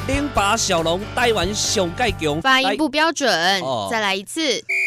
08小龙台湾上介强， 发音不标准，再来一次。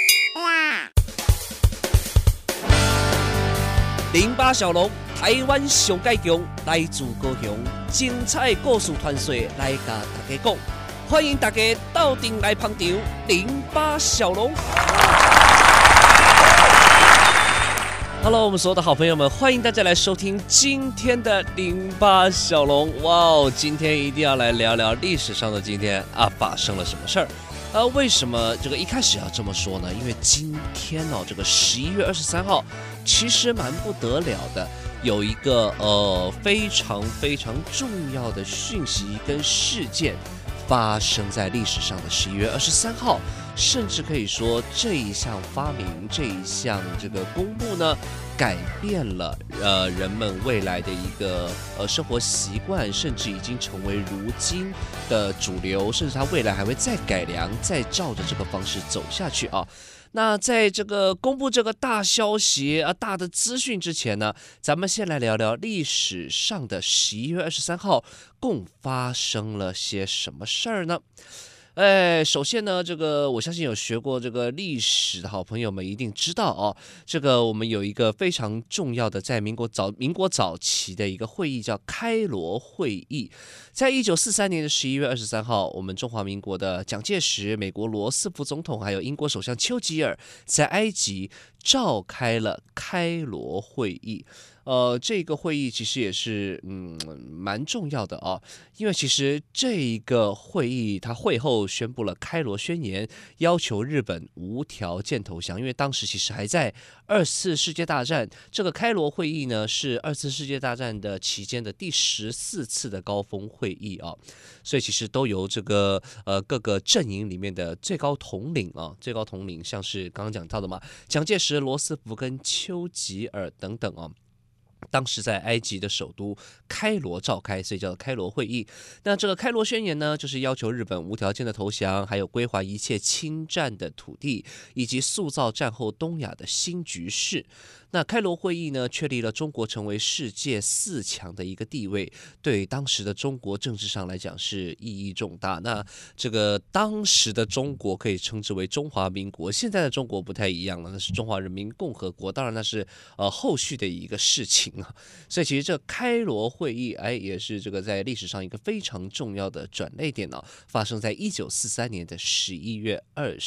08小龙台湾上介强，来自高雄，精彩故事传说来甲大家讲，欢迎大家到店来捧场。08小龙。Hello， 我们所有的好朋友们，欢迎大家来收听今天的08小龙。哇哦，今天一定要来聊聊历史上的今天啊，发生了什么事儿？为什么这个一开始要这么说呢？因为今天哦，这个11月23号，其实蛮不得了的，有一个非常非常重要的讯息跟事件发生在历史上的11月23号。甚至可以说这一项发明，这一项这个公布呢，改变了人们未来的一个生活习惯，甚至已经成为如今的主流，甚至它未来还会再改良，再照着这个方式走下去啊。那在这个公布这个大消息大的资讯之前呢，咱们先来聊聊历史上的11月23号共发生了些什么事儿呢？首先呢，这个我相信有学过这个历史的好朋友们一定知道哦，这个我们有一个非常重要的在民国早期的一个会议叫开罗会议，在1943年的11月23号，我们中华民国的蒋介石、美国罗斯福总统还有英国首相丘吉尔在埃及召开了开罗会议。这个会议其实也是蛮重要的哦，因为其实这一个会议它会后宣布了开罗宣言，要求日本无条件投降。因为当时其实还在二次世界大战，这个开罗会议呢是二次世界大战的期间的第14次的高峰会议啊，所以其实都由这个各个阵营里面的最高统领像是刚刚讲到的嘛，蒋介石、罗斯福跟丘吉尔等等哦。当时在埃及的首都开罗召开，所以叫做开罗会议。那这个开罗宣言呢，就是要求日本无条件的投降，还有归还一切侵占的土地，以及塑造战后东亚的新局势。那开罗会议呢，确立了中国成为世界4强的一个地位，对当时的中国政治上来讲是意义重大。那这个当时的中国可以称之为中华民国，现在的中国不太一样了，那是中华人民共和国。当然那是后续的一个事情啊。所以其实这开罗会议也是这个在历史上一个非常重要的转捩点哦，发生在1943年的11月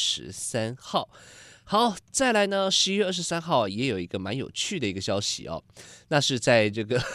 23号。好，再来呢，11月23号也有一个蛮有趣的一个消息哦，那是在这个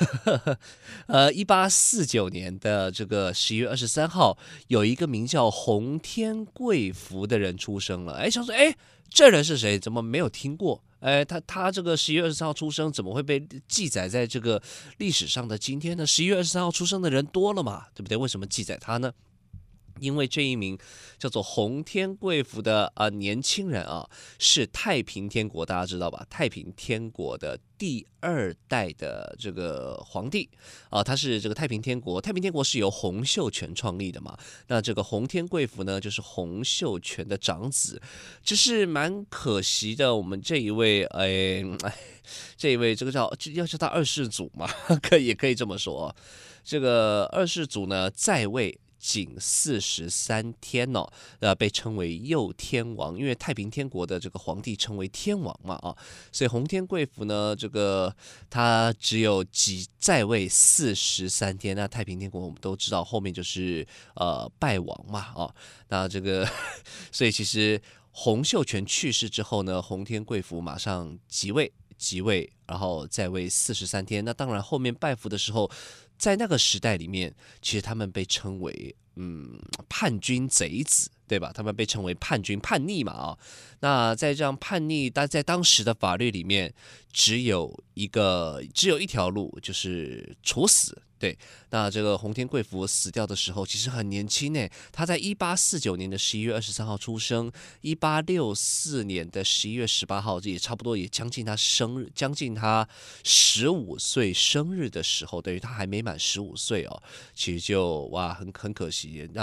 1849年的这个11月23号，有一个名叫洪天贵福的人出生了。想说这人是谁？怎么没有听过？他这个11月23号出生，怎么会被记载在这个历史上的今天呢？11月23号出生的人多了嘛，对不对？为什么记载他呢？因为这一名叫做洪天贵福的年轻人啊，是太平天国，大家知道吧？太平天国的第2代的这个皇帝他是这个太平天国是由洪秀全创立的嘛。那这个洪天贵福呢，就是洪秀全的长子，只是蛮可惜的。我们这一位这个要叫他二世祖嘛，也可以这么说。这个二世祖呢在位仅43天哦，被称为佑天王，因为太平天国的这个皇帝称为天王嘛所以洪天贵福呢，这个他只有在位43天。那太平天国我们都知道后面就是败亡嘛那这个所以其实洪秀全去世之后呢，洪天贵福马上即位，然后在位43天。那当然后面拜服的时候，在那个时代里面，其实他们被称为叛军贼子，对吧？他们被称为叛军叛逆嘛那在这样叛逆，在当时的法律里面，只有一条路，就是处死。对，那这个洪天贵福死掉的时候其实很年轻呢，他在1849年的11月23号出生，1864年的11月18号，这也差不多也将近他15岁生日的时候，等于他还没满15岁其实就很可惜。那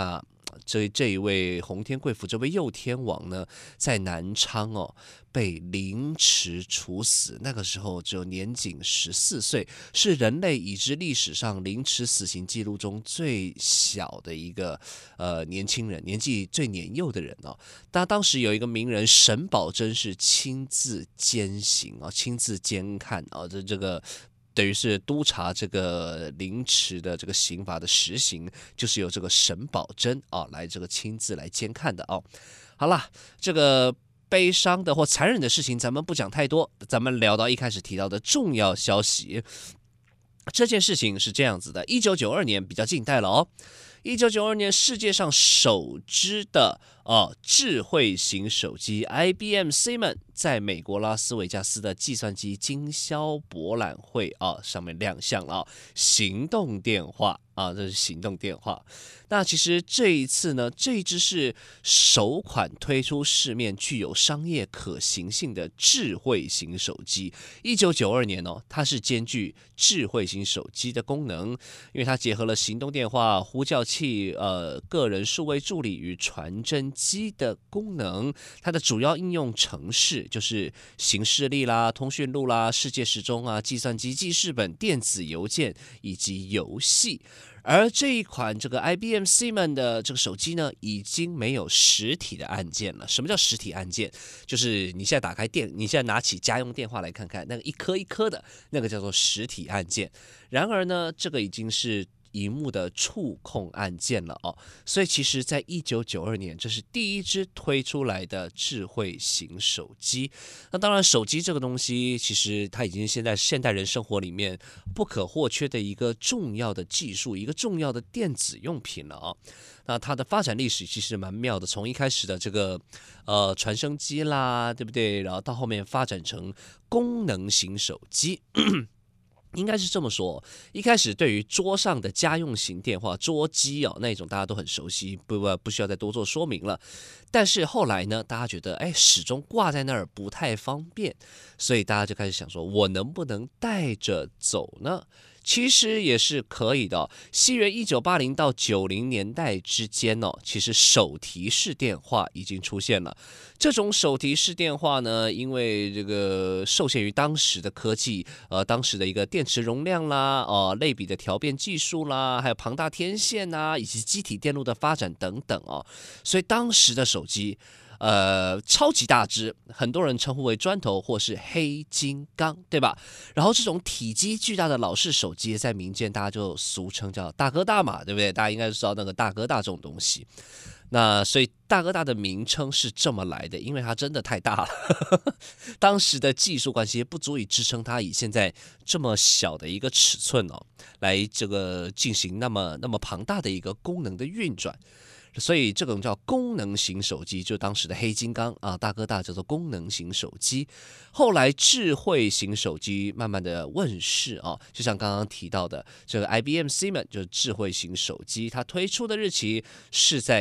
这一位洪天贵府这位右天王呢，在南昌被凌迟处死，那个时候只有年仅14岁，是人类已知历史上凌迟死刑记录中最小的一个年轻人，年纪最年幼的人当时有一个名人沈葆桢是亲自监刑亲自监看这个。等于是督察这个凌迟的这个刑罚的实行，就是由这个沈葆桢来这个亲自来监看的好了，这个悲伤的或残忍的事情咱们不讲太多，咱们聊到一开始提到的重要消息。这件事情是这样子的，1992年比较近代了1992年，世界上首支的智慧型手机 IBM Simon 在美国拉斯维加斯的计算机经销博览会上面亮相了行动电话这是行动电话。那其实这一次呢，这一支是首款推出市面具有商业可行性的智慧型手机。1992年它是兼具智慧型手机的功能，因为它结合了行动电话、呼叫器、个人数位助理与传真机的功能。它的主要应用程式就是行事历啦、通讯录啦、世界时钟计算机记事本、电子邮件以及游戏。而这一款这个 IBM Simon 的这个手机呢，已经没有实体的按键了。什么叫实体按键？就是你现在打开你现在拿起家用电话来看看，那个一颗一颗的那个叫做实体按键。然而呢，这个已经是萤幕的触控按键了所以其实在1992年，这是第一支推出来的智慧型手机。那当然手机这个东西，其实它已经现在现代人生活里面不可或缺的一个重要的技术，一个重要的电子用品了那它的发展历史其实蛮妙的，从一开始的这个传声机啦，对不对？然后到后面发展成功能型手机应该是这么说，一开始对于桌上的家用型电话桌机那种大家都很熟悉，不需要再多做说明了。但是后来呢，大家觉得始终挂在那儿不太方便，所以大家就开始想说，我能不能带着走呢？其实也是可以的西元1980到90年代之间其实手提式电话已经出现了。这种手提式电话呢，因为这个受限于当时的科技，当时的一个电池容量啦，类比的调变技术啦，还有庞大天线以及机体电路的发展等等所以当时的手机超级大只，很多人称呼为砖头或是黑金刚，对吧？然后这种体积巨大的老式手机，在民间大家就俗称叫大哥大嘛，对不对？大家应该知道那个大哥大这种东西。那所以大哥大的名称是这么来的，因为它真的太大了当时的技术关系不足以支撑它以现在这么小的一个尺寸来这个进行那么庞大的一个功能的运转。所以这种叫功能型手机，就当时的黑金刚大哥大叫做功能型手机。后来智慧型手机慢慢的问世就像刚刚提到的这个 IBM Simon 就是智慧型手机，它推出的日期是在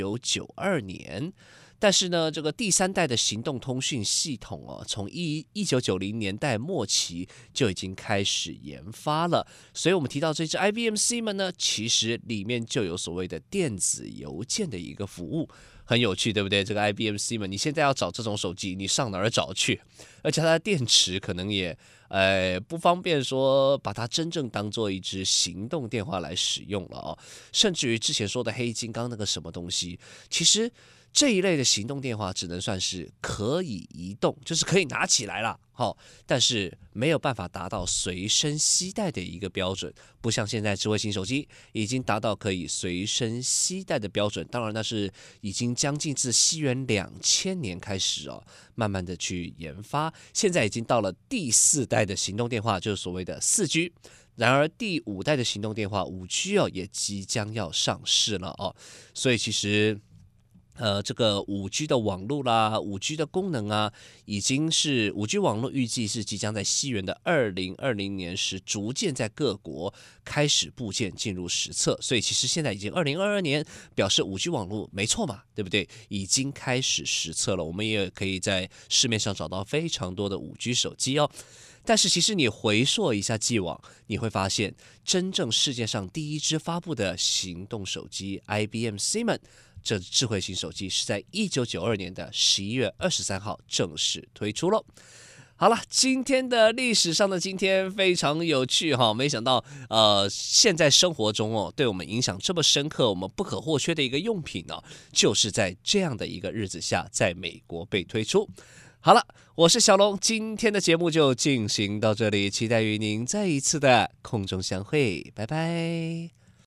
1992年。但是呢，这个第3代的行动通讯系统从1990年代末期就已经开始研发了。所以我们提到这支 IBM Simon 呢，其实里面就有所谓的电子邮件的一个服务。很有趣，对不对？这个 IBM Simon 你现在要找这种手机，你上哪儿找去？而且它的电池可能也不方便说把它真正当做一支行动电话来使用了甚至于之前说的黑金刚那个什么东西，其实这一类的行动电话只能算是可以移动，就是可以拿起来啦但是没有办法达到随身携带的一个标准，不像现在智慧型手机已经达到可以随身携带的标准。当然那是已经将近自西元2000年开始慢慢的去研发，现在已经到了第4代的行动电话，就是所谓的4G。然而第5代的行动电话 5G 也即将要上市了所以其实这个 5G 的网络啦 5G 的功能已经是 5G 网络预计是即将在西元的2020年时逐渐在各国开始部件进入实测。所以其实现在已经2022年，表示 5G 网络没错嘛，对不对？已经开始实测了，我们也可以在市面上找到非常多的 5G 手机但是其实你回溯一下既往，你会发现，真正世界上第一支发布的行动手机 IBM Simon 这智慧型手机是在1992年的11月23号正式推出了。好了，今天的历史上的今天非常有趣哈，没想到现在生活中对我们影响这么深刻，我们不可或缺的一个用品就是在这样的一个日子下，在美国被推出。好了，我是小龙，今天的节目就进行到这里，期待与您再一次的空中相会，拜拜。